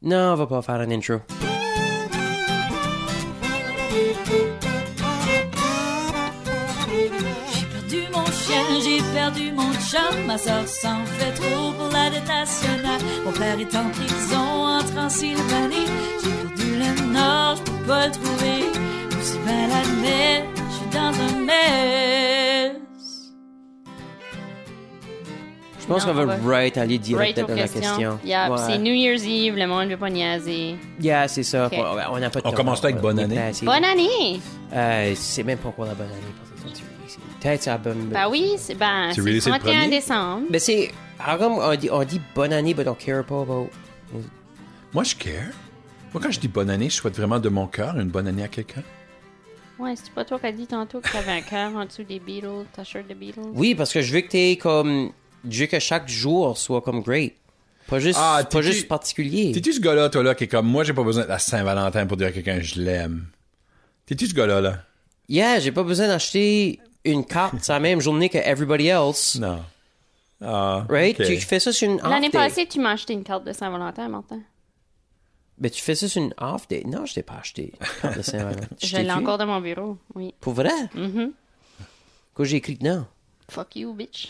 Non, on va pas faire un intro. J'ai perdu mon chum, ma soeur s'en fait trop pour la dette nationale. Mon père est en prison en Transylvanie. J'ai perdu le nord, je peux pas le trouver. Aussi bien l'admettre, je suis dans un mess. Je pense qu'on va aller direct dans la question. Yeah, ouais. C'est New Year's Eve, le monde veut pas niaiser. Yeah, c'est ça. Okay. On n'a pas de On commence avec bonne année. Bonne année! C'est même pas pour la bonne année. Peut-être la bonne... Ben oui, c'est le 31 décembre. Mais c'est... On dit bonne année, but on care pas about... Moi, je care. Moi, quand je dis bonne année, je souhaite vraiment de mon cœur une bonne année à quelqu'un. Ouais, c'est pas toi qui as dit tantôt que t'avais un cœur en dessous des Beatles, ta shirt de Beatles? Oui, parce que je veux que t'aies comme... Je veux que chaque jour soit comme great. Pas juste particulier. T'es-tu ce gars-là, toi, là, qui est comme... Moi, j'ai pas besoin de la Saint-Valentin pour dire à quelqu'un je l'aime. T'es-tu ce gars-là, là? Yeah, j'ai pas besoin d'acheter une carte la même journée que everybody else. Non. Right? Okay. Tu fais ça sur une off day. L'année passée, tu m'as acheté une carte de Saint-Valentin, Martin. Ben, tu fais ça sur une off day. Non, je t'ai pas acheté une carte de Saint-Valentin. Je l'ai encore dans mon bureau, oui. Pour vrai? Mm-hmm. Quoi, j'ai écrit dedans? Fuck you, bitch.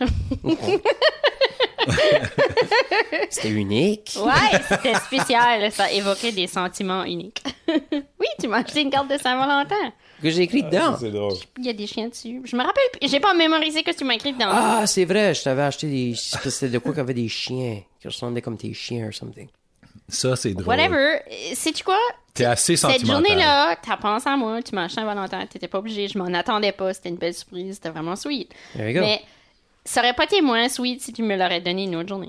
C'était unique. Ouais, c'était spécial. Ça évoquait des sentiments uniques. Oui, tu m'as acheté une carte de Saint-Valentin. Que j'ai écrit dedans. C'est drôle. Il y a des chiens dessus. Je me rappelle, j'ai pas mémorisé que tu m'as écrit dedans. Ah, c'est vrai, je t'avais acheté des... C'était de quoi qu'il y avait des chiens, qui ressemblaient comme tes chiens or something. Ça, c'est drôle. Whatever. Sais-tu quoi? T'es assez sentimental. Cette journée-là, t'as pensé à moi, tu m'as acheté un Valentin, t'étais pas obligé, je m'en attendais pas, c'était une belle surprise, c'était vraiment sweet. There you go. Mais ça aurait pas été moins sweet si tu me l'aurais donné une autre journée.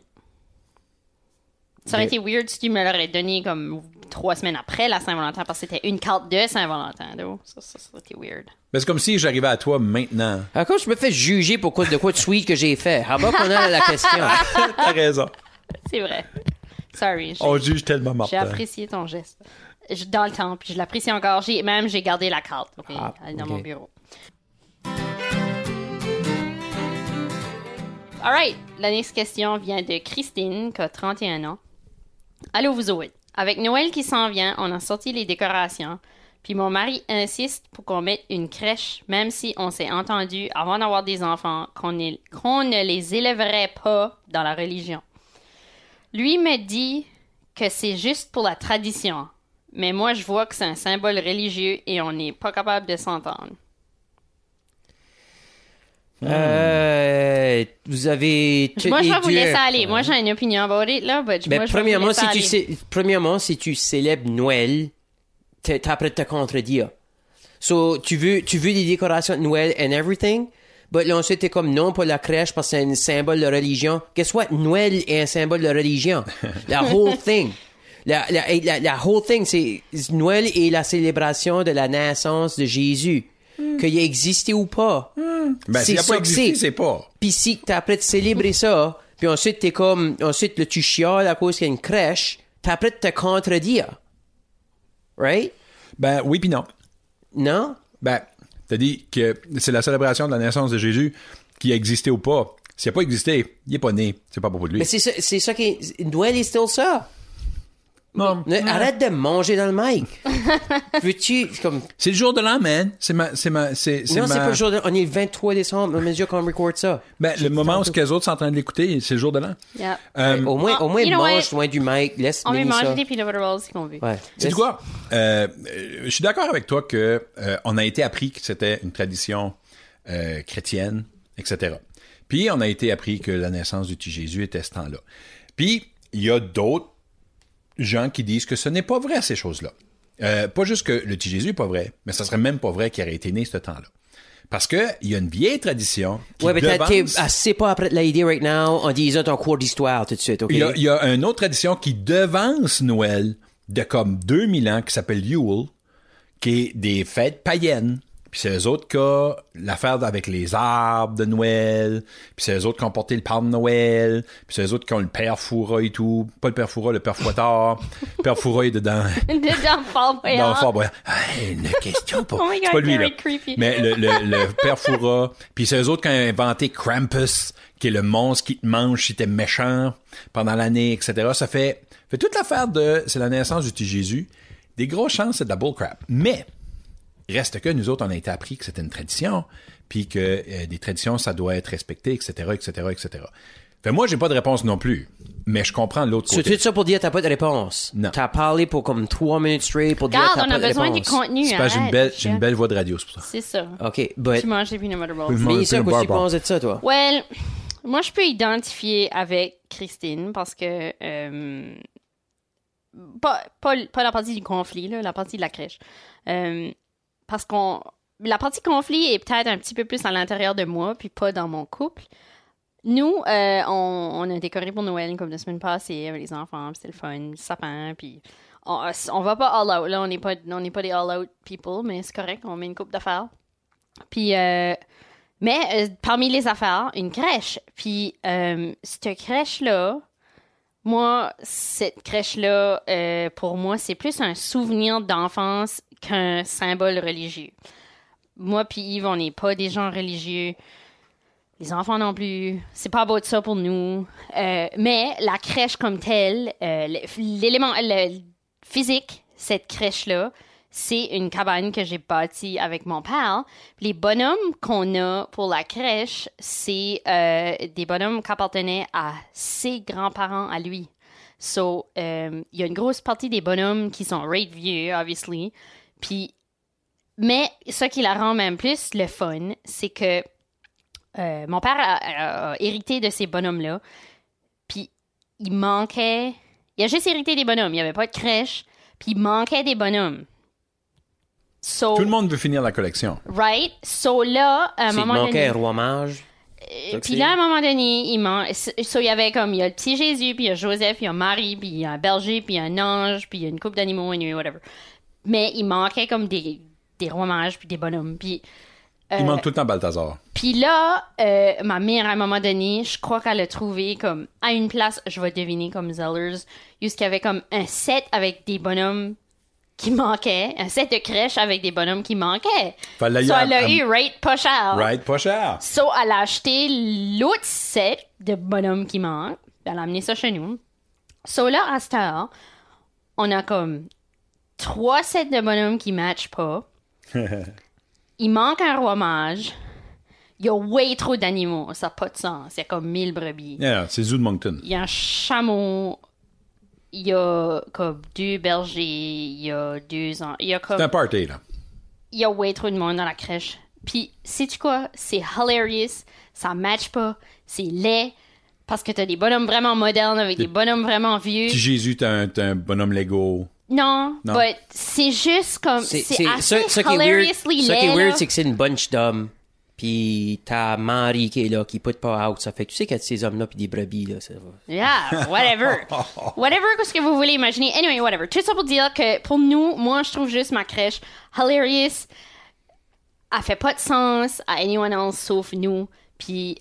Ça aurait été weird si tu me l'aurais donné comme 3 semaines après la Saint-Valentin, parce que c'était une carte de Saint-Valentin. Donc. Ça aurait été weird. Mais c'est comme si j'arrivais à toi maintenant. À quoi je me fais juger pour quoi de sweet que j'ai fait? À bas qu'on a la question. T'as raison. C'est vrai. Sorry. On juge tellement Martin. J'ai apprécié ton geste. Dans le temps, puis je l'apprécie encore. J'ai gardé la carte dans mon bureau. Alright, la next question vient de Christine, qui a 31 ans. Allô, vous autres. Avec Noël qui s'en vient, on a sorti les décorations, puis mon mari insiste pour qu'on mette une crèche, même si on s'est entendu avant d'avoir des enfants qu'on ne les élèverait pas dans la religion. Lui me dit que c'est juste pour la tradition, mais moi je vois que c'est un symbole religieux et on n'est pas capable de s'entendre. Vous avez... Moi, je vais vous laisser aller. Moi, j'ai une opinion about it, là. Premièrement, si tu célèbres Noël, t'es prêt de te contredire. So, tu veux des décorations de Noël and everything, but là, ensuite, t'es comme non pour la crèche parce que c'est un symbole de religion. Guess what? Noël est un symbole de religion. La whole thing. La whole thing, c'est Noël est la célébration de la naissance de Jésus. Qu'il ait existé ou pas. Ben, s'il n'a pas existé, c'est pas. Puis si t'es prêt de célébrer ça, puis ensuite t'es comme... Ensuite, là, tu chiales à cause qu'il y a une crèche, t'es prêt de te contredire. Right? Ben, oui puis non. Non? Ben, t'as dit que c'est la célébration de la naissance de Jésus qui a existé ou pas. S'il n'a pas existé, il n'est pas né. C'est pas pour lui. Mais c'est ça qui est... Noël est still ça. Non. Arrête de manger dans le mic. Veux-tu, comme... C'est le jour de l'an, man. C'est non, c'est pas le jour de l'an. On est le 23 décembre, on mesure qu'on record ça. Ben, le moment où les autres sont en train de l'écouter, c'est le jour de l'an. Yeah. Au moins, mange loin du mic. Laisse on Mélanie ça. On va manger des peanut butter rolls si on veut. Ouais. C'est quoi? Je suis d'accord avec toi que on a été appris que c'était une tradition chrétienne, etc. Puis, on a été appris que la naissance du petit Jésus était ce temps-là. Puis, il y a d'autres gens qui disent que ce n'est pas vrai, ces choses-là. Pas juste que le petit Jésus n'est pas vrai, mais ça serait même pas vrai qu'il aurait été né ce temps-là. Parce que il y a une vieille tradition qui mais devance... t'es assez pas après l'idée right now en disant ton cours d'histoire tout de suite, OK? Il y a une autre tradition qui devance Noël de comme 2000 ans qui s'appelle Yule, qui est des fêtes païennes. Puis c'est eux autres qui ont l'affaire avec les arbres de Noël. Puis c'est eux autres qui ont porté le Père de Noël. Puis c'est eux autres qui ont le Père Fouras et tout. Pas le Père Fouras, le Père Fouettard. Le Père Fouras est dedans. Dedans Fort Boyard. Dans le Fort Boyard. Hey, une question pour... Oh my God, c'est pas lui, là. very creepy. Mais le Père Fouras. Puis c'est eux autres qui ont inventé Krampus, qui est le monstre qui te mange si t'es méchant pendant l'année, etc. Ça fait toute l'affaire de... C'est la naissance du petit Jésus. Des grosses chances, c'est de la bullcrap. Mais... reste que nous autres, on a été appris que c'était une tradition, puis que des traditions, ça doit être respecté, etc., etc., etc. Fait moi, j'ai pas de réponse non plus, mais je comprends l'autre côté. C'est tout ça pour dire que t'as pas de réponse. Non. T'as parlé pour comme 3 minutes straight pour dire que t'as Regarde, pas on de a besoin réponse. du contenu. C'est parce que j'ai une belle voix de radio, c'est pour ça. C'est ça. OK, but... Tu manges des peanut butter balls. Oui, Mais mange ça, un qu'est-ce que tu bar. penses de ça, toi? Well, moi, je peux identifier avec Christine parce que... pas la partie du conflit, là, la partie de la crèche. Parce qu'on... La partie conflit est peut-être un petit peu plus à l'intérieur de moi, puis pas dans mon couple. Nous, on a décoré pour Noël une couple de semaines passées avec les enfants, puis c'était le fun, le sapin, puis on va pas all out, là, on n'est pas des all out people, mais c'est correct, on met une coupe d'affaires. Puis, parmi les affaires, une crèche. Puis, cette crèche-là, cette crèche-là, pour moi, c'est plus un souvenir d'enfance qu'un symbole religieux. Moi puis Yves, on n'est pas des gens religieux. Les enfants non plus. C'est pas beau de ça pour nous. Mais la crèche comme telle, l'élément physique, cette crèche-là, c'est une cabane que j'ai bâtie avec mon père. Les bonhommes qu'on a pour la crèche, c'est des bonhommes qui appartenaient à ses grands-parents à lui. So, il y a une grosse partie des bonhommes qui sont right vieux, obviously. Puis, mais ce qui la rend même plus le fun, c'est que mon père a hérité de ces bonhommes-là. Puis, il a juste hérité des bonhommes. Il n'y avait pas de crèche. Puis, il manquait des bonhommes. So, tout le monde veut finir la collection. Right? So, là, à un moment donné... Il manquait un roi mage. Puis là, à un moment donné, il y avait comme, il y a le petit Jésus, puis il y a Joseph, puis il y a Marie, puis il y a un berger, puis il y a un ange, puis il y a une couple d'animaux, anyway, whatever. Mais il manquait comme des rois mages, puis des bonhommes, puis... il manque tout le temps Balthazar. Puis là, ma mère, à un moment donné, je crois qu'elle a trouvé comme, à une place, je vais deviner comme Zellers, juste qu'il y avait comme un set avec des bonhommes qui manquaient, un set de crèche avec des bonhommes qui manquaient. So, elle a eu rate pas cher. Right, pas cher. So, elle a acheté l'autre set de bonhommes qui manquent. Elle a amené ça chez nous. So, là, à cette heure, on a comme 3 sets de bonhommes qui matchent pas. Il manque un roi mage. Il y a way trop d'animaux. Ça n'a pas de sens. Il y a comme 1000 brebis. Yeah, c'est Zoo de Moncton. Il y a un chameau. Il y a comme 2 bergers. Il y a 2 ans. Il y a comme... C'est un party, là. Il y a way trop de monde dans la crèche. Puis, sais-tu quoi? C'est hilarious. Ça match pas. C'est laid. Parce que t'as des bonhommes vraiment modernes avec des bonhommes vraiment vieux. Petit Jésus, t'as un bonhomme Lego. Non, mais c'est juste comme... C'est assez hilariously laid. Ce qui est weird, c'est que c'est une bunch d'hommes. Puis t'as Marie qui est là, qui put pas out. Ça fait que tu sais qu'il y a ces hommes-là puis des brebis, là. Ça va. Yeah, whatever. Whatever, qu'est-ce que vous voulez imaginer. Anyway, whatever. Tout ça pour dire que pour nous, moi, je trouve juste ma crèche hilarious. Elle fait pas de sens à anyone else sauf nous. Puis,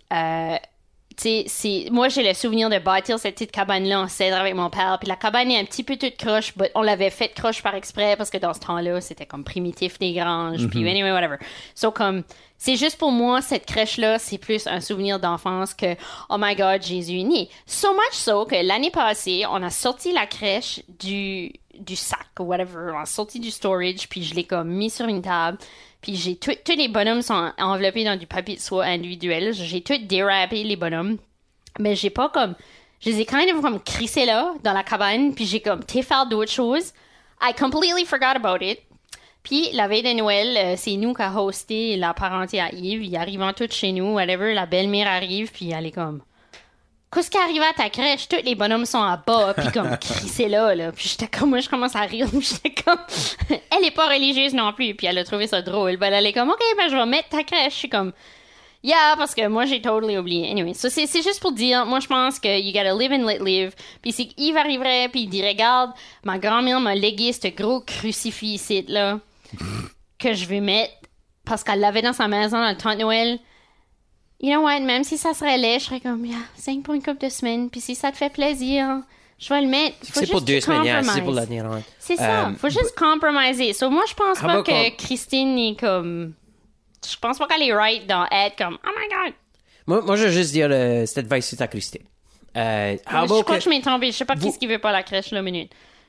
tu sais, moi, j'ai le souvenir de bâtir cette petite cabane-là en cèdre avec mon père. Puis la cabane est un petit peu toute croche, mais on l'avait faite croche par exprès parce que dans ce temps-là, c'était comme primitif des granges. Puis anyway, whatever. So, comme, c'est juste pour moi, cette crèche-là, c'est plus un souvenir d'enfance que, oh my God, Jésus est né. So much so que l'année passée, on a sorti la crèche du sac ou whatever. On a sorti du storage, puis je l'ai comme mis sur une table. Puis j'ai tous les bonhommes sont enveloppés dans du papier de soie individuel. J'ai tout dérapé les bonhommes. Mais j'ai pas comme... Je les ai kind of comme crissés là, dans la cabane. Puis j'ai comme été faire d'autres choses. I completely forgot about it. Puis la veille de Noël, c'est nous qui a hosté la parenté à Yves. Ils arrivent tous chez nous, whatever. La belle-mère arrive, puis elle est comme... Qu'est-ce qui arrive à ta crèche? Tous les bonhommes sont en bas, puis comme crissés là. Puis j'étais comme, moi, je commence à rire. J'étais comme, elle est pas religieuse non plus. Puis elle a trouvé ça drôle. Ben, elle est comme, OK, ben, je vais mettre ta crèche. Je suis comme, yeah, parce que moi, j'ai totally oublié. Anyway, so c'est juste pour dire, moi, je pense que you gotta live and let live. Puis c'est qu'Yves arriverait, puis il dit, regarde, ma grand-mère m'a légué ce gros crucifix ici, là, que je vais mettre parce qu'elle l'avait dans sa maison dans le temps de Noël. You know what, même si ça serait laid, je serais comme, 5 pour une couple de semaines, puis si ça te fait plaisir, je vais le mettre. Faut C'est juste pour 2 semaines, compromise. c'est pour l'année rentre. C'est ça, faut juste compromiser. So, moi, je pense pas que Christine est comme... Je pense pas qu'elle est right dans être comme, oh my God. Moi, je veux juste dire cette advice, c'est à Christine. Je crois que je m'ai trompé. Je sais pas qui veut pas la crèche, là, minute.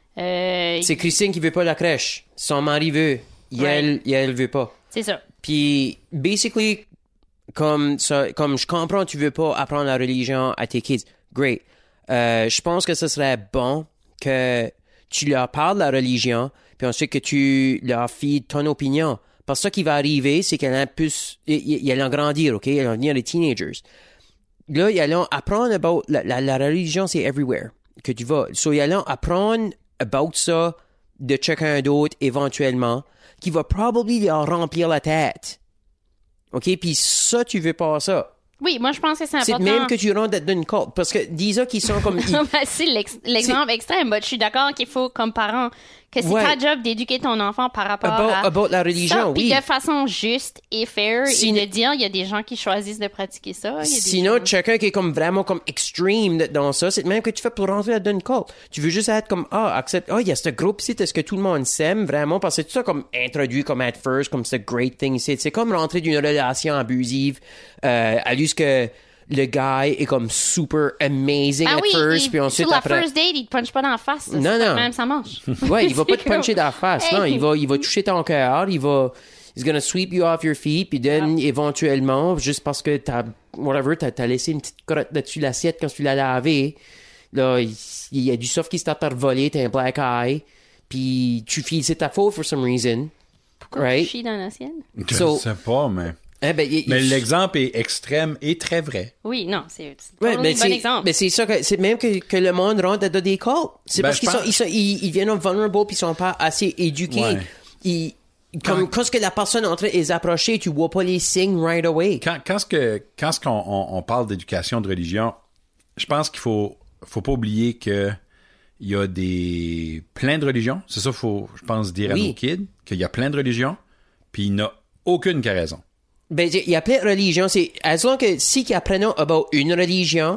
C'est Christine qui veut pas la crèche. Son mari veut. Elle veut pas. C'est ça. Puis, basically, comme je comprends, tu veux pas apprendre la religion à tes kids. Great. Je pense que ce serait bon que tu leur parles de la religion, puis ensuite que tu leur files ton opinion. Parce que ce qui va arriver, c'est qu'elle a plus, ils allont grandir, OK? Ils vont devenir des teenagers. Là, ils allons apprendre about, la religion, c'est everywhere que tu vas. So, ils allons apprendre about ça de quelqu'un d'autre, éventuellement, qui va probablement leur remplir la tête. OK? Puis ça, tu veux pas ça. Oui, moi, je pense que c'est important. C'est même que tu rentres dans une cote. Parce que dis-ça qu'ils sont comme... c'est l'exemple extrême. Je suis d'accord qu'il faut, comme parent, que c'est ta job d'éduquer ton enfant par rapport à la religion, ça, oui. Puis de façon juste et fair, et de dire, il y a des gens qui choisissent de pratiquer ça. Sinon, quelqu'un qui est comme vraiment comme extreme dans ça, c'est même que tu fais pour rentrer dans une cote. Tu veux juste être comme, accepte, il y a ce groupe-ci, est-ce que tout le monde s'aime vraiment? Parce que c'est tout ça comme introduit comme at first, comme ce great thing. C'est comme rentrer d'une relation abusive, à juste que le gars est comme super amazing at first, puis ensuite sur la après... first date, il te punch pas dans la face. Ça, non. Même ça marche. Ouais, il va pas te puncher dans la face. Hey. Non, il va toucher ton cœur, he's gonna sweep you off your feet, puis then, éventuellement, juste parce que t'as laissé une petite crotte dessus l'assiette quand tu l'as lavé, là, il y a du soft qui start à revoler, t'as un black eye, puis tu files, c'est ta faute for some reason. Pourquoi tu chies dans l'assiette? Je sais pas, mais... mais l'exemple est extrême et très vrai. Oui, non, c'est un bon exemple. Mais c'est ça c'est même que le monde rentre dans des cultes. C'est parce qu'ils viennent vulnerable puis ils sont pas assez éduqués. Ouais. Quand que la personne est en train de les approcher, tu vois pas les signes right away. Quand on parle d'éducation, de religion, je pense qu'il faut pas oublier que il y a plein de religions. C'est ça, je pense, dire à nos kids, qu'il y a plein de religions, puis il n'y a aucune qui a raison. Ben, il y a plein de religions. C'est, as long que si qu'ils apprennent about une religion,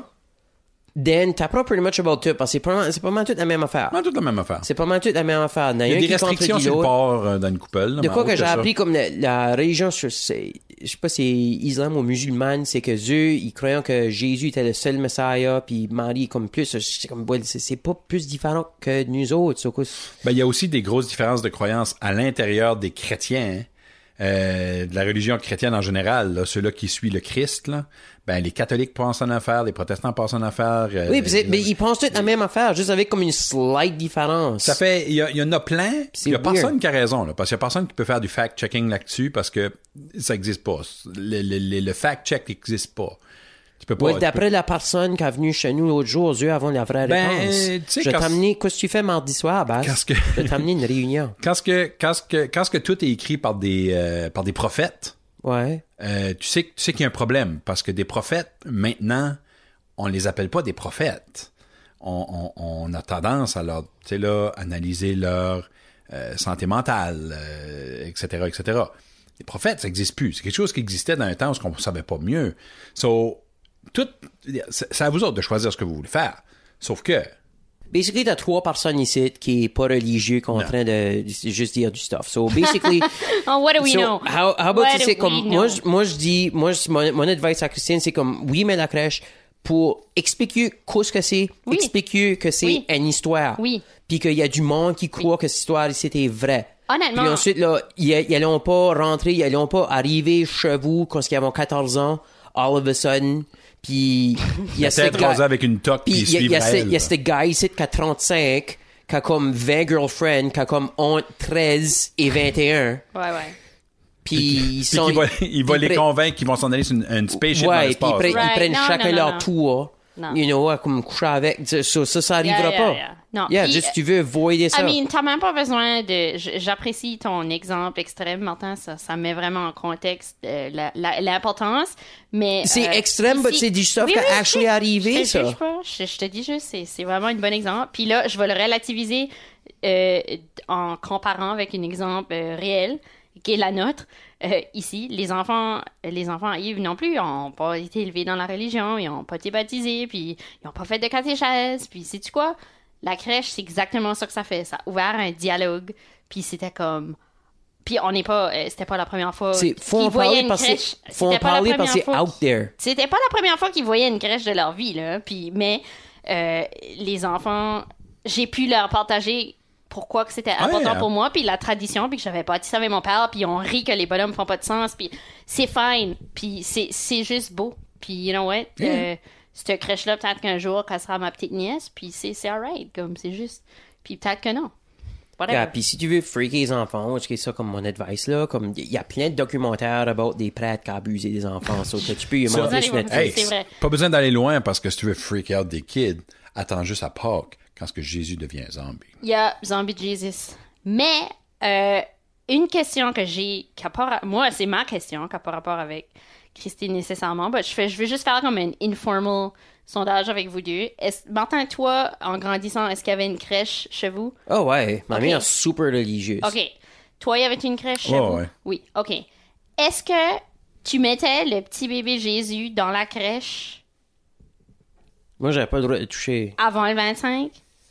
then t'apprends pretty much about tout. Parce que c'est pas mal toute la même affaire. Pas toute la même affaire. C'est pas mal toute la même affaire. Il y a des restrictions sur le port dans une coupole. De quoi que j'ai appris comme la religion, je sais pas si c'est islam ou musulman, c'est que eux, ils croyaient que Jésus était le seul Messiah, puis Marie comme plus. C'est pas plus différent que nous autres. Ben, il y a aussi des grosses différences de croyances à l'intérieur des chrétiens, de la religion chrétienne en général, là, ceux-là qui suivent le Christ, là, ben les catholiques pensent en affaire, les protestants pensent en affaire. Oui, mais ils pensent tous la même affaire, juste avec comme une slight différence. Ça fait, il y en a plein. Il y a personne qui a raison, là, parce qu'il y a personne qui peut faire du fact-checking là-dessus, parce que ça existe pas. Le fact-check n'existe pas. Tu peux pas. Ouais, d'après la personne qui est venue chez nous l'autre jour, eux avant la vraie réponse. Je vais t'amener, qu'est-ce que tu fais mardi soir, Bas? Je vais t'amener une réunion. Quand ce que tout est écrit par des prophètes, ouais. Tu sais qu'il y a un problème, parce que des prophètes, maintenant, on les appelle pas des prophètes. On a tendance à leur, tu sais là, analyser leur santé mentale, etc., etc. Les prophètes, ça n'existe plus. C'est quelque chose qui existait dans un temps où on ne savait pas mieux. C'est à vous autres de choisir ce que vous voulez faire. Sauf que... Basically, t'as 3 personnes ici qui est pas religieux, qui sont en train de juste dire du stuff. So, basically... oh, what do we know? How about c'est comme... Moi, je dis... Mon advice à Christine, c'est comme... Oui, mais la crèche, pour expliquer ce que c'est, expliquer que c'est une histoire. Oui. Puis qu'il y a du monde qui croit que cette histoire, c'était vrai. Honnêtement. Puis ensuite, là, ils allont pas rentrer, ils allont pas arriver chez vous quand ils ont 14 ans, all of a sudden... Puis il y a peut-être rasé avec une toque puis il y a ce gars ici qui a 35, qui a comme 20 girlfriends, qui a comme entre 13 et 21. Ouais. Puis il va les convaincre qu'ils vont s'en aller sur une spaceship dans l'espace. Ils prennent chacun leur tour. Non. You know, comme coucher avec. Ça arrivera pas. Non. Juste tu veux avoider ça. T'as même pas besoin de... J'apprécie ton exemple extrême, Martin. Ça met vraiment en contexte l'importance. Mais c'est extrême, mais c'est du stuff qui a actually arrivé, ça. Je te dis juste, c'est vraiment un bon exemple. Puis là, je vais le relativiser en comparant avec un exemple réel. qui est la nôtre, ici, les enfants à Yves non plus n'ont pas été élevés dans la religion, ils n'ont pas été baptisés, puis ils n'ont pas fait de catéchèse, puis sais-tu quoi? La crèche, c'est exactement ça que ça fait. Ça a ouvert un dialogue, puis c'était comme... Puis on n'est pas... c'était pas la première fois Faut qu'ils en voyaient parler une parce crèche. que faut en parler parce que c'est out there. C'était pas la première fois qu'ils voyaient une crèche de leur vie, là. Puis, mais les enfants, j'ai pu leur partager pourquoi que c'était important pour moi, puis la tradition, puis que j'avais pas dit ça avec mon père, puis on rit que les bonhommes font pas de sens, puis c'est fine, puis c'est juste beau. Puis, you know what? Cette crèche-là, peut-être qu'un jour, qu'elle sera ma petite nièce, puis c'est alright, comme c'est juste... Puis peut-être que non. Yeah, puis si tu veux freaker les enfants, c'est ça comme mon advice là, comme il y a plein de documentaires about des prêtres qui abusent des enfants, so que tu peux y montrer sur Netflix. C'est vrai. Pas besoin d'aller loin parce que si tu veux freak out des kids, attends juste à Pâques quand ce que Jésus devient zombie. Il y a Zombie Jesus. Mais une question que j'ai, moi c'est ma question, qui n'a pas rapport avec Christine nécessairement, mais je veux juste faire comme un informal sondage avec vous deux. Martin, toi, en grandissant, est-ce qu'il y avait une crèche chez vous? Oh ouais, ma mère est super religieuse. OK. Toi, y avait-tu une crèche chez vous? Ouais. Oui, OK. Est-ce que tu mettais le petit bébé Jésus dans la crèche Moi, j'avais pas le droit de toucher. avant le 25?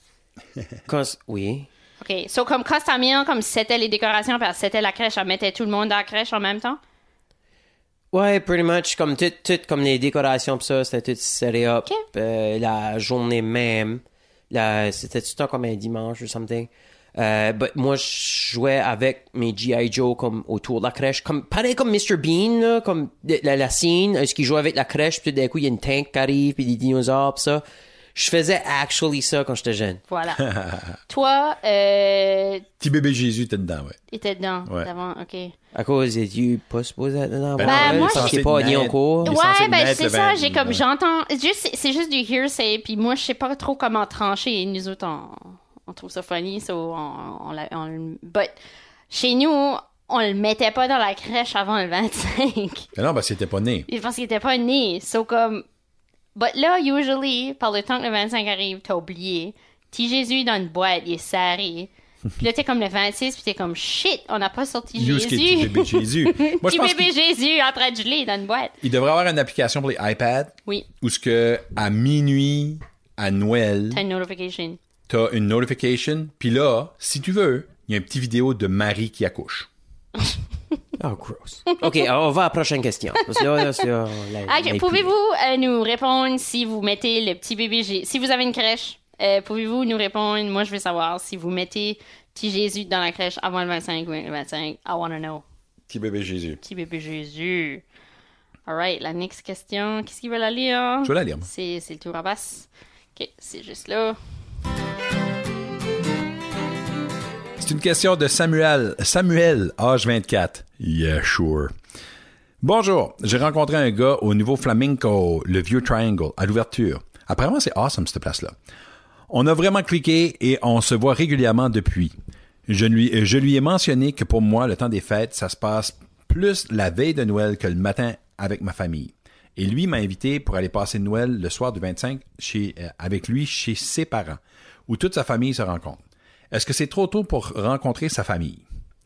Oui. OK. So, comme quand ta mère, comme c'était les décorations, parce que c'était la crèche, elle mettait tout le monde dans la crèche en même temps? Ouais, pretty much, comme tout comme les décorations pis ça, c'était tout set up. Ok. La journée même, c'était tout le temps comme un dimanche ou something. But moi, je jouais avec mes G.I. Joe comme autour de la crèche, pareil comme Mr. Bean, là, comme la scène, est-ce qu'il jouait avec la crèche, puis tout d'un coup, il y a une tank qui arrive, puis des dinosaures pis ça. Je faisais actually ça quand j'étais jeune. Voilà. Toi, Petit bébé Jésus, t'es dedans, ouais. était dedans, Ouais. d'avant, OK. À cause de Dieu, pas supposé être dedans. moi, ça, je c'est suis pas ni en cours. Il est censé Ouais, ben naître c'est le ça, 20, j'ai comme, ouais. j'entends, c'est juste du hearsay, puis moi, je sais pas trop comment trancher, nous autres, on trouve ça funny, so but, chez nous, on le mettait pas dans la crèche avant le 25, Mais non, ben c'était pas né. parce qu'il était pas né, so comme, but là, usually, par le temps que le 25 arrive, t'as oublié, petit Jésus dans une boîte, il est serré, puis là, t'es comme le 26, puis t'es comme, shit, on n'a pas sorti Use Jésus. petit bébé Jésus. Moi, je Petit pense bébé Jésus en train de geler dans une boîte. qu'il devrait avoir une application pour les iPads Oui, où ce que à minuit, à Noël, t'as une notification. t'as une notification, puis là, si tu veux, il y a une petite vidéo de Marie qui accouche. Oh, gross. OK, on va à la prochaine question. Parce que là, c'est... Ok, pouvez-vous nous répondre si vous mettez le petit bébé Jésus... Si vous avez une crèche, pouvez-vous nous répondre? Moi, je veux savoir si vous mettez petit Jésus dans la crèche avant le 25 ou le 25. I wanna know. Petit bébé Jésus. Petit bébé Jésus. Alright, la next question. Qu'est-ce qu'il veut la lire? Je vais la lire, moi. C'est le tour à basse. Ok, c'est juste là. C'est une question de Samuel, âge 24. Yeah, sure. Bonjour, j'ai rencontré un gars au nouveau Flamenco, le vieux Triangle, à l'ouverture. Apparemment, c'est awesome, cette place-là. On a vraiment cliqué et on se voit régulièrement depuis. Je lui ai mentionné que pour moi, le temps des fêtes, ça se passe plus la veille de Noël que le matin avec ma famille. Et lui m'a invité pour aller passer Noël le soir du 25 avec lui chez ses parents, où toute sa famille se rencontre. Est-ce que c'est trop tôt pour rencontrer sa famille?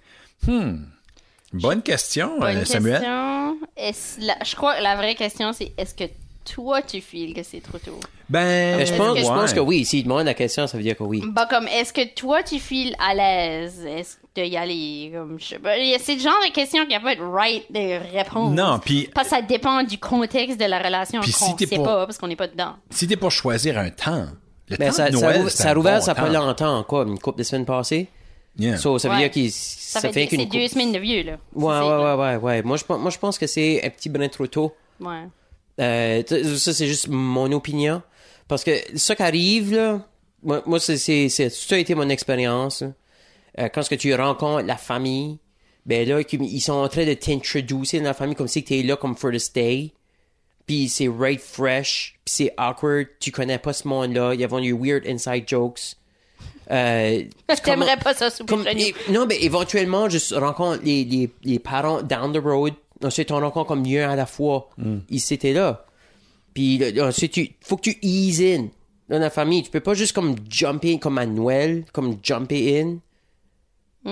Bonne question, Bonne Samuel. question. Je crois que la vraie question, c'est est-ce que toi, tu files que c'est trop tôt? Ben, je pense que oui. S'il demande la question, ça veut dire que oui. Bah, comme, est-ce que toi, tu files à l'aise? Est-ce de y aller? Comme, je sais pas. C'est le genre de question qu'il n'y a pas de right de réponse. Non, puis... Parce que ça dépend du contexte de la relation qu'on si t'es sait pas, parce qu'on n'est pas dedans. Si t'es pour choisir un temps, le Mais temps de Noël, ça a rouvert, ça bon pas temps. longtemps, quoi, une couple de semaines passées. Yeah. So, ça veut Ouais. dire qu'il Ça fait fait qu'une c'est 2 semaines de vieux, là. Ouais. Moi, je pense que c'est un petit brin trop tôt. Ouais. Ça, c'est juste mon opinion. Parce que ça qui arrive, là, moi ça a été mon expérience. Quand ce que tu rencontres la famille, ben là, ils sont en train de t'introduire dans la famille comme si tu es là comme for the stay. Puis c'est right fresh, puis c'est awkward, tu connais pas ce monde-là, ils ont eu weird inside jokes. T'aimerais pas ça souper chez nous. Non, mais éventuellement, juste rencontre les parents down the road. Ensuite, on rencontre comme mieux à la fois. Ils étaient là. Puis ensuite, faut que tu ease in dans la famille. Tu peux pas juste comme jumper comme à Noël, comme jumper in.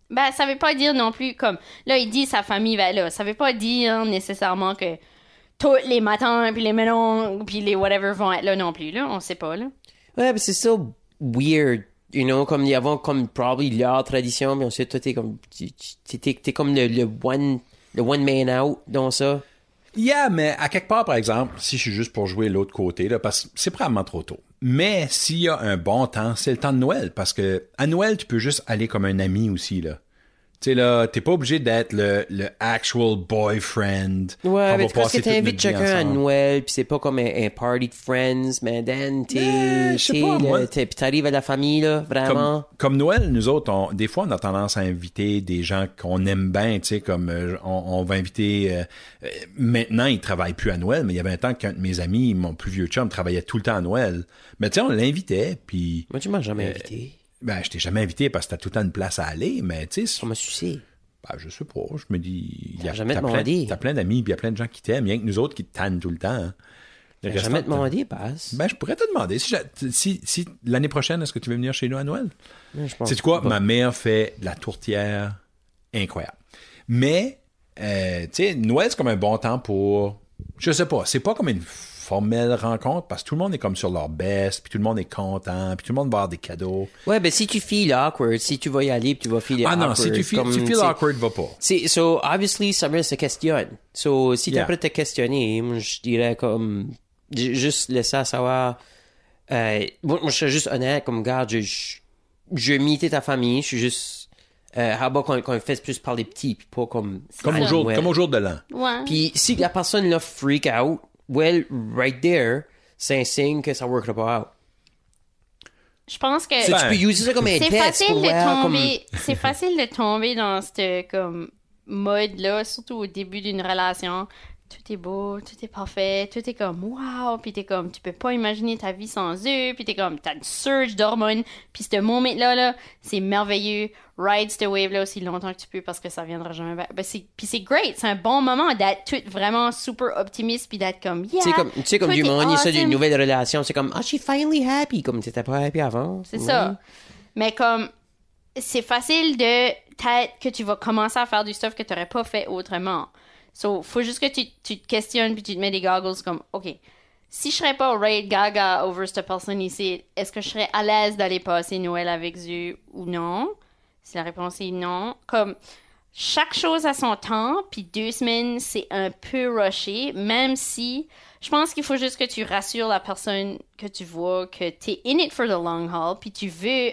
Ben, ça veut pas dire non plus comme... Là, il dit sa famille va là. Ça veut pas dire nécessairement que tous les matins, puis les melons, puis les whatever vont être là non plus, là. On sait pas, là. Ouais, mais c'est ça weird. You know, comme il y avait comme probably leur tradition, mais ensuite toi t'es comme t'es comme le one man out dans ça. Yeah, mais à quelque part, par exemple, si je suis juste pour jouer l'autre côté, là, parce que c'est probablement trop tôt. Mais s'il y a un bon temps, c'est le temps de Noël, parce que à Noël, tu peux juste aller comme un ami aussi, là. Tu sais, là, t'es pas obligé d'être le actual boyfriend. Ouais, mais va parce que passer toute t'invites notre vie chacun à ensemble. Noël, puis c'est pas comme un party de friends, mais then Je sais pas, moi. puis t'arrives à la famille, là, vraiment. Comme Noël, nous autres, des fois, on a tendance à inviter des gens qu'on aime bien, tu sais, comme on va inviter... maintenant, ils travaillent plus à Noël, mais il y avait un temps qu'un de mes amis, mon plus vieux chum, travaillait tout le temps à Noël. Mais tu sais, on l'invitait, puis... Moi, tu m'as jamais invité. Ben, je t'ai jamais invité parce que t'as tout le temps une place à aller, mais tu sais... On m'a sucé. Ben, je sais pas, je me dis... T'as jamais demandé. T'as plein d'amis, puis il y a plein de gens qui t'aiment, rien que nous autres qui te tannent tout le temps. Hein. T'as jamais demandé, passe. Ben, je pourrais te demander. Si l'année prochaine, est-ce que tu veux venir chez nous à Noël? Je pense C'est quoi? pas. Ma mère fait de la tourtière incroyable. Mais, tu sais, Noël, c'est comme un bon temps pour... Je sais pas, c'est pas comme une formelle rencontre parce que tout le monde est comme sur leur best, puis tout le monde est content, puis tout le monde va avoir des cadeaux. Ouais, ben si tu feels awkward, si tu vas y aller puis tu vas feeler Ah awkward. non, si tu comme, feel awkward, va pas. So, obviously, Summer se questionne. So, si t'es Yeah. prêt à te questionner, moi, je dirais comme... Juste laisser savoir... moi, je suis juste honnête, comme, garde, je mitais ta famille, je suis juste... how about qu'on fasse plus par les petits, puis pas comme... Comme à Noël. au jour de l'an. Ouais. Puis si la personne là freak out, well, right there, c'est un signe que ça workera pas out. Je pense que... So, Ben, tu peux utiliser ça comme un C'est test facile pour de voir tomber. C'est facile de tomber dans ce comme mode là, surtout au début d'une relation. Tout est beau, tout est parfait, tout est comme wow, puis t'es comme tu peux pas imaginer ta vie sans eux, puis t'es comme t'as une surge d'hormones, puis ce moment là, c'est merveilleux. Ride cette wave là aussi longtemps que tu peux parce que ça viendra jamais back. Puis c'est great, c'est un bon moment d'être tout vraiment super optimiste puis d'être comme yeah. Tu sais comme tout du est monde, ça d'une awesome. nouvelle relation, c'est comme she's finally happy, comme t'étais pas happy avant. C'est ça. Mais comme, c'est facile de peut-être que tu vas commencer à faire du stuff que tu n'aurais pas fait autrement. So, faut juste que tu te questionnes puis tu te mets des goggles comme, OK, si je serais pas Raid Gaga over cette personne ici, est-ce que je serais à l'aise d'aller passer Noël avec eux ou non? Si la réponse est non. Comme, chaque chose a son temps, puis 2 semaines, c'est un peu rushé, même si je pense qu'il faut juste que tu rassures la personne que tu vois que t'es in it for the long haul, puis tu veux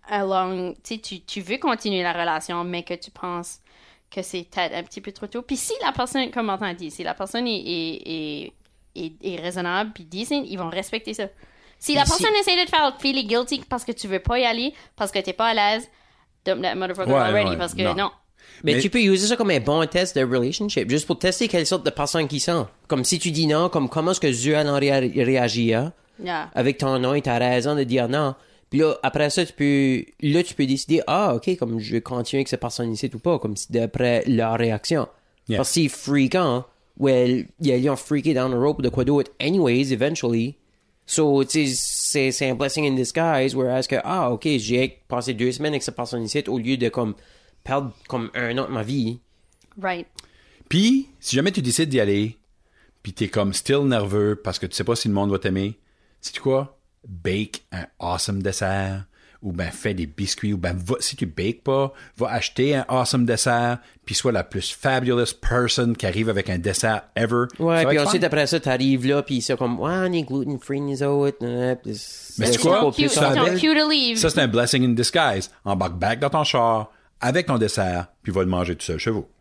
tu veux continuer la relation, mais que tu penses que c'est peut-être un petit peu trop tôt. Puis si la personne, comme on dit, si la personne est raisonnable puis decent, ils vont respecter ça. Si la personne essaie de te faire feel guilty parce que tu veux pas y aller, parce que t'es pas à l'aise, dump that motherfucker already, parce que non. Mais tu peux utiliser ça comme un bon test de relationship, juste pour tester quelle sorte de personne qu'ils sont. Comme si tu dis non, comme comment est-ce que Dieu allait réagir Yeah. avec ton non et ta raison de dire non. Puis là, après ça, tu peux décider, ok, comme je vais continuer avec cette personne ici ou pas, comme si d'après leur réaction. Yeah. Parce que c'est fréquent, well, ils ont freaké down the rope de quoi d'autre, anyways, eventually. So, tu sais, c'est un blessing in disguise, whereas que, ok, j'ai passé 2 semaines avec cette personne ici au lieu de, comme, perdre, comme, 1 an de ma vie. Right. Puis, si jamais tu décides d'y aller, puis t'es comme still nerveux parce que tu sais pas si le monde va t'aimer, sais-tu quoi? Bake un awesome dessert, ou ben fais des biscuits, ou ben si tu bakes pas, va acheter un awesome dessert, puis sois la plus fabulous person qui arrive avec un dessert ever. Ouais, Ça va puis être ensuite, fun. après ça, t'arrives là, puis c'est comme, ouais, on est gluten-free, nous autres. Mais Ils c'est quoi? sont cute, ils Ça, sont cute to leave. Ça, c'est un blessing in disguise. Embarque back dans ton char, avec ton dessert, puis va le manger tout seul chez vous.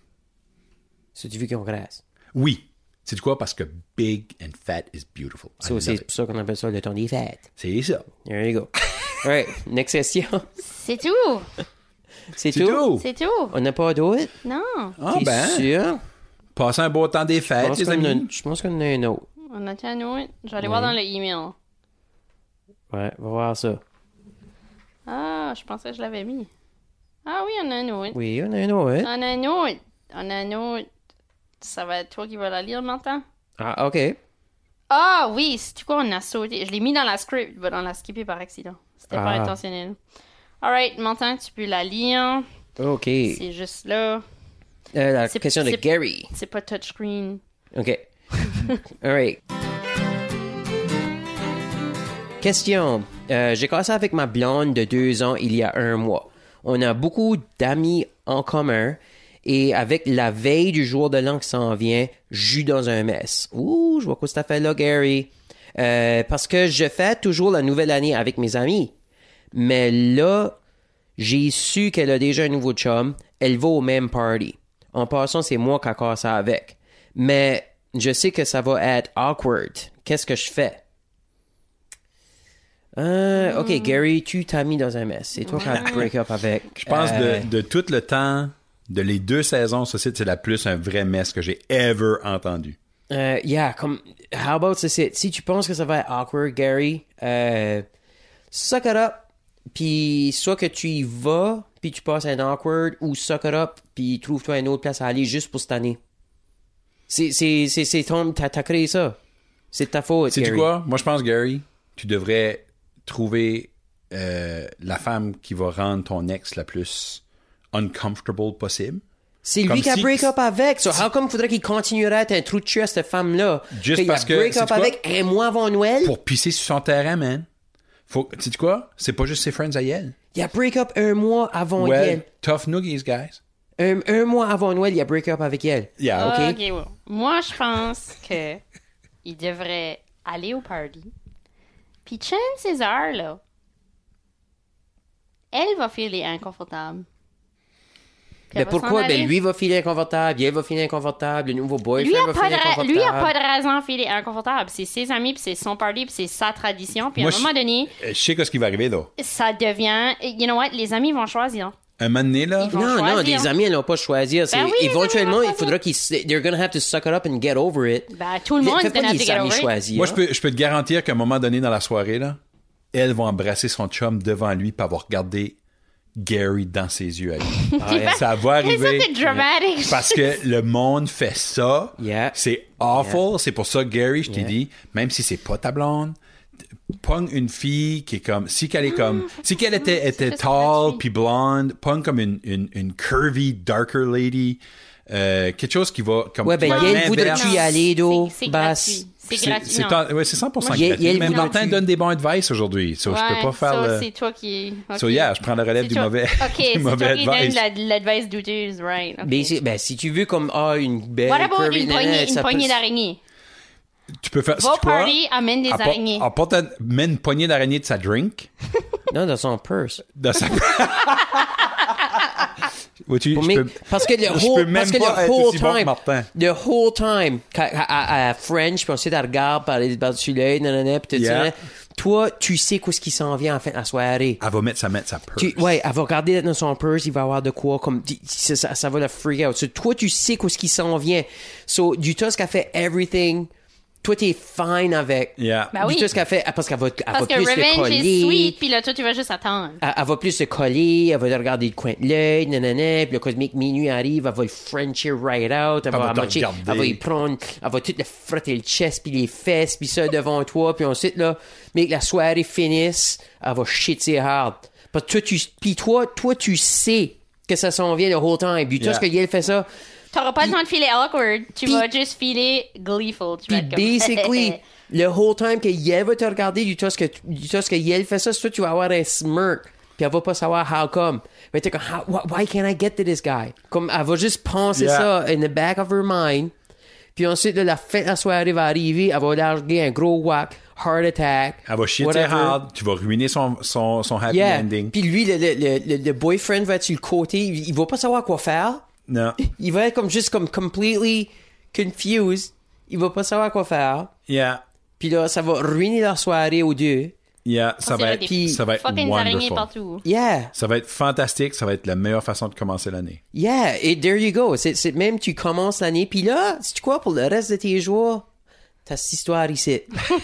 Ça, tu veux qu'on graisse. Oui. C'est quoi? Parce que big and fat is beautiful. I Ça, love c'est it. pour ça qu'on appelle ça le temps des fêtes. C'est ça. There you go. All right, next question. C'est tout. C'est C'est tout? tout. C'est tout. On n'a pas d'autre? Non. Ah T'es ben, sûr? passez un beau temps des fêtes, les amis. Je pense qu'on a un autre. On a un autre. Je vais aller voir dans le email. Ouais, va voir ça. Ah, je pensais que je l'avais mis. Ah oui, on a un autre. Oui, on a un autre. On a un autre. On a un autre. Ça va être toi qui vas la lire maintenant? Ah, OK. Ah oui, c'est quoi, on a sauté. Je l'ai mis dans la script, mais on l'a skippé par accident. C'était pas Ah. intentionnel. Alright, maintenant tu peux la lire. OK. C'est juste là. La C'est- question de c'est- Gary. C'est pas touchscreen. OK. All right. Question. J'ai cassé avec ma blonde de 2 ans il y a 1 mois. On a beaucoup d'amis en commun et avec la veille du jour de l'an qui s'en vient, je suis dans un mess. Ouh, je vois quoi cette affaire-là, Gary. Parce que je fête toujours la nouvelle année avec mes amis. Mais là, j'ai su qu'elle a déjà un nouveau chum. Elle va au même party. En passant, c'est moi qui a cassé avec. Mais je sais que ça va être awkward. Qu'est-ce que je fais? OK, Gary, tu t'as mis dans un mess. C'est toi qui as break up avec. Je pense de tout le temps, de les 2 saisons, c'est la plus un vrai mess que j'ai ever entendu. Yeah, comme, how about ça, si tu penses que ça va être awkward, Gary, suck it up, puis soit que tu y vas, puis tu passes un awkward, ou suck it up, puis trouve-toi une autre place à aller juste pour cette année. C'est ton, t'as créé ça. C'est de ta faute, Sais-tu Gary. quoi? Moi, je pense, Gary, tu devrais trouver la femme qui va rendre ton ex la plus uncomfortable possible. C'est lui Comme qui a si- break up avec. So, how come faudrait qu'il continuerait à être un trou de cul à cette femme-là? Juste Qu'il parce a que, break up sais-tu quoi? avec un mois avant Noël? Pour pisser sur son terrain, man. Sais-tu quoi? C'est pas juste ses friends à Yale. Il a break up un mois avant Well, Yel. tough noogies, guys. Un mois avant Noël, il a break up avec Yel. Yeah, OK. Ok, ouais. Moi, je pense que il devrait aller au party. Puis chances are, là, elle va filer inconfortable. Puis Mais elle va s'en pourquoi? aller. Ben lui va filer inconfortable, elle va filer inconfortable, le nouveau Lui boyfriend a va pas filer inconfortable. lui a pas de raison de filer inconfortable. C'est ses amis, puis c'est son party, puis c'est sa tradition. Puis à Moi, un moment donné, Je sais ce qui va arriver, là. ça devient... You know what? Les amis vont choisir. Un moment donné, là, Ils vont Non, choisir. des amis, elles n'ont pas choisi. C'est- Ben oui, les amis éventuellement, vont il choisir. faudra qu'ils... They're gonna have to suck it up and get over it. Ben, tout le monde Fais is pas gonna have des to get amis over it. choisis. moi, hein. je peux te garantir qu'à un moment donné dans la soirée, là, elle va embrasser son chum devant lui pour avoir regardé Gary dans ses yeux à lui. Ça va Mais ça, arriver. c'est dramatic. Parce que le monde fait ça. Yeah. C'est awful. C'est pour ça, Gary, je t'ai Yeah. dit, même si c'est pas ta blonde, pogne une fille qui est comme, si qu'elle était juste tall gratuit. puis blonde, pogne comme une curvy, darker lady, quelque chose qui va comme. Ouais, ben, qui va Yael voudrait l'inverse. y aller d'eau, C'est basse. gratuit. C'est gratuit. C'est non. ouais, c'est 100% Moi, Yael gratuit. Mais voudrait- Martin donne des bons advice aujourd'hui. So, je peux pas faire ça, le. c'est toi qui... ok. So, yeah, je prends la relève C'est du toi- mauvais, OK, du c'est mauvais toi qui donne advice. l'advice douteuse, right. ok. Ben, si tu veux comme, une belle What about curvy une nana, poignée, ça peut- d'araignée? Tu peux faire. Va sais-tu au quoi? party, amène des araignées. Mets une poignée d'araignée de sa drink. Non, dans son purse. Dans sa... Vois-tu, Pour je me- peux- Parce que le je whole, peux même parce que pas le être whole aussi bon que time, Martin. the whole time, à French, puis ensuite elle regarde par-dessus l'œil, nanana, puis tout Yeah. ça, toi, tu sais quoi ce qui s'en vient en fait la soirée. Elle va mettre sa purse. Ouais, elle va regarder dans son purse, il va avoir de quoi, comme, ça va la freak out. So, toi, tu sais quoi ce qui s'en vient. So, du tout ce qu'elle fait everything, toi, t'es fine avec. Yeah. Ben oui. Du tout ce qu'elle fait, parce qu'elle va, Parce que plus te revenge coller. is sweet, puis là, toi, tu vas juste attendre. Elle va plus se coller, elle va te regarder le coin de l'œil, nanana, puis le cosmique minuit arrive, elle va le frencher right out, elle Elle va va te matcher, regarder. elle va y prendre, elle va tout le frotter le chest puis les fesses puis ça devant toi, puis ensuite là, mais que la soirée finisse, elle va shitty hard. Parce que toi tu sais que ça s'en vient le whole time, puis toi Yeah. ce que Yael fait ça, T'auras pas le temps de filer awkward. Tu Puis- vas juste filer gleeful. Tu puis vas être comme... basically, le whole time que Yael va te regarder du tout ce que Yael fait ça, toi tu vas avoir un smirk. Puis elle va pas savoir how come. Mais t'es comme, why can't I get to this guy? Comme, elle va juste penser Yeah. ça in the back of her mind. Puis ensuite, là, la soirée va arriver, elle va larguer un gros whack, heart attack. Elle va shit whatever. hard. Tu vas ruiner son happy Yeah. ending. Puis lui, le boyfriend va être sur le côté, il va pas savoir quoi faire. Non. Il va être comme juste comme completely confused. Il va pas savoir quoi faire. Yeah. Puis là, ça va ruiner leur soirée aux deux. Yeah. Ça C'est va là être, des ça va être fucking araignées wonderful. partout. Yeah. Ça va être fantastique. Ça va être la meilleure façon de commencer l'année. Yeah, et there you go. C'est même tu commences l'année, puis là, c'est quoi pour le reste de tes jours? T'as cette histoire ici.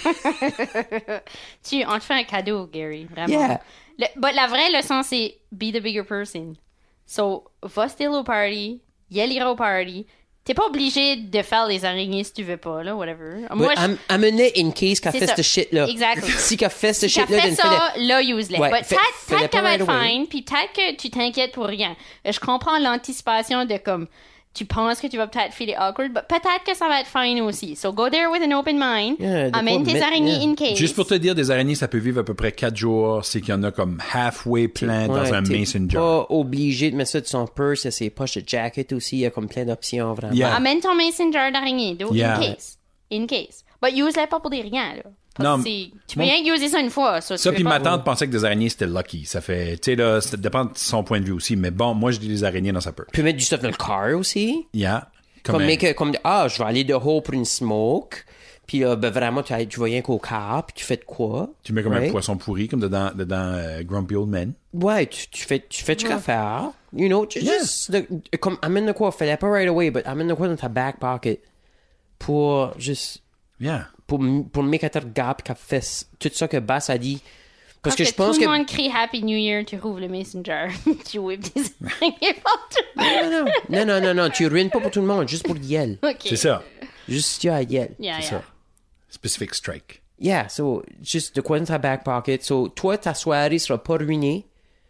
On te fait un cadeau, Gary. Vraiment. Yeah. But la vraie leçon, c'est be the bigger person. So, va still au party. Yel ira au party. T'es pas obligé de faire les araignées si tu veux pas, là, whatever. Moi, amener in case qu'elle fait ce shit-là. Exactly. Si qu'elle fait ce si shit-là, fait ça, là, use-les. Ouais, peut-être qu'elle va être right fine, puis peut-être que tu t'inquiètes pour rien. Je comprends l'anticipation de comme, tu penses que tu vas peut-être filer awkward, mais peut-être que ça va être fine aussi. So go there with an open mind. Amène tes araignées in case. Juste pour te dire, des araignées, ça peut vivre à peu près 4 jours. C'est qu'il y en a comme halfway plein dans un mason jar. Pas obligé de mettre ça de son purse, ses poches de jacket aussi. Il y a comme plein d'options, vraiment. Yeah. Amène ton mason jar d'araignée, in case. But use-les pas pour des rien, là. Non, tu peux rien user ça une fois. Ça puis ma tante pensait que des araignées, c'était lucky. Ça fait, tu sais, là, ça dépend de son point de vue aussi. Mais bon, moi, je dis les araignées dans sa peur. Tu peux mettre du stuff dans le car aussi. Yeah. Comme je vais aller dehors pour une smoke. Puis vraiment, tu vas rien qu'au car, puis tu fais de quoi? Tu mets comme un poisson pourri, comme dedans Grumpy Old Man. Ouais, tu fais ce qu'à faire. You know, juste, comme, amène de quoi? Fais-le pas right away, but amène de quoi dans ta back pocket pour juste... Yeah. Pour le mec à te regarder qu'elle fait tout ça que Bass a dit. Parce que je tout pense que... le monde crie Happy New Year, tu rouvres le mason jar, tu whips des araignées partout. Non, tu ruines pas pour tout le monde, juste pour Yel. Okay. C'est ça. Juste si tu as Yel. Yeah. Ça. Specific strike. Yeah, so, juste de quoi dans ta back pocket. So, toi, ta soirée sera pas ruinée.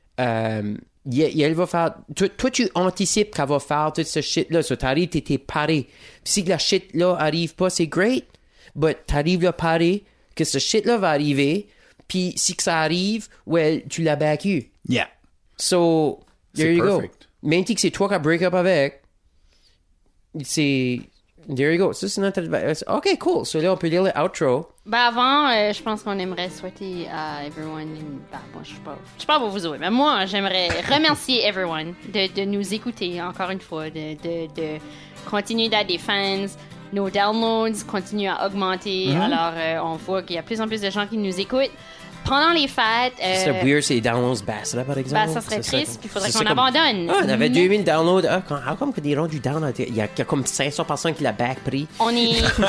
Yel va faire... Toi, tu anticipes qu'elle va faire tout ce shit-là. So, t'arrives, t'es paré. Puis si la shit-là arrive pas, c'est great. But t'arrives là paré, que ce shit-là va arriver... Puis si que ça arrive, well, tu l'as battu. Yeah. So, there you perfect. go. Même si que c'est toi qui as break up avec, c'est... There you go. Ça, c'est notre... OK, cool. So là, on peut lire le outro. Avant, je pense qu'on aimerait souhaiter à everyone moi, je sais pas pour vous autres, mais moi, j'aimerais remercier everyone de nous écouter encore une fois, de continuer d'être des fans. Nos downloads continuent à augmenter. Alors, on voit qu'il y a de plus en plus de gens qui nous écoutent. Pendant les fêtes... C'est weird, c'est les downloads basse, là, par exemple. Ça serait triste, puis il faudrait qu'on abandonne. On avait 2000 downloads. How come que des ronds du down? Il y a comme 500 personnes qui l'a back pris. On a,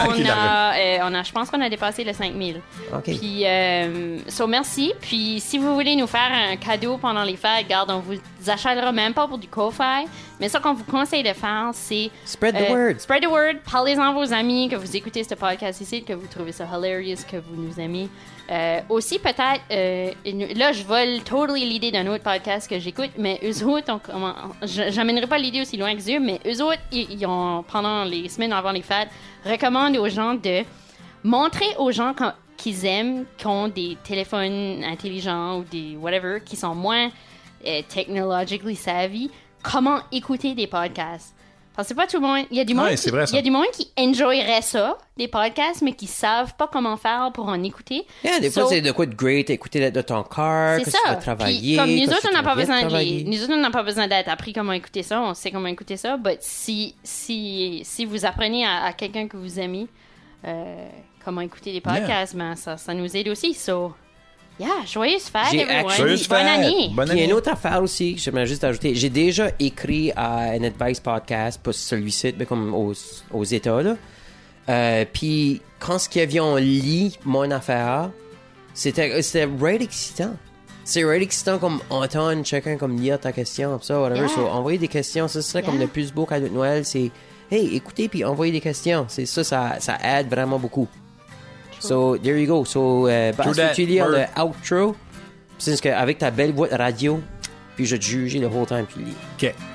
je pense qu'on a dépassé le 5000. OK. Puis, merci. Puis, si vous voulez nous faire un cadeau pendant les fêtes, regarde, on vous achètera même pas pour du Ko-Fi. Mais ça qu'on vous conseille de faire, c'est... Spread the word. Spread the word. Parlez-en à vos amis que vous écoutez ce podcast ici, que vous trouvez ça hilarious, que vous nous aimez. Aussi, peut-être, là, je vole totally l'idée d'un autre podcast que j'écoute, mais eux autres, j'amènerai pas l'idée aussi loin que eux, mais eux autres, ils ont, pendant les semaines avant les fêtes, recommandent aux gens de montrer aux gens qu'ils aiment, qui ont des téléphones intelligents ou des whatever, qui sont moins technologically savvy, comment écouter des podcasts. Parce que c'est pas tout le monde. Il y a du monde, il y a du monde qui enjoyerait ça, des podcasts, mais qui savent pas comment faire pour en écouter. Yeah, des fois, c'est de quoi de great écouter de ton car, que tu vas travailler. Puis, comme nous autres, on n'a pas besoin nous autres, on n'a pas besoin d'être appris comment écouter ça. On sait comment écouter ça. Mais si vous apprenez à quelqu'un que vous aimez comment écouter des podcasts, ben, ça nous aide aussi. So, yeah, joyeuse fête, everyone. Bonne année. Puis il y a une autre affaire aussi que j'aimerais juste ajouter. J'ai déjà écrit à un advice podcast, pas celui-ci, mais comme aux États, là. Puis quand ce qu'ils avaient lit mon affaire, c'était right excitant. C'est right excitant comme entendre chacun comme lire ta question, ça, whatever. So, envoyer des questions, ça serait comme le plus beau cadeau de Noël, c'est hey, écoutez puis envoyez des questions. C'est ça aide vraiment beaucoup. So, there you go. So, tu lire le outro, parce qu'avec ta belle voix de radio, puis je vais te juger le whole time, puis lis. OK.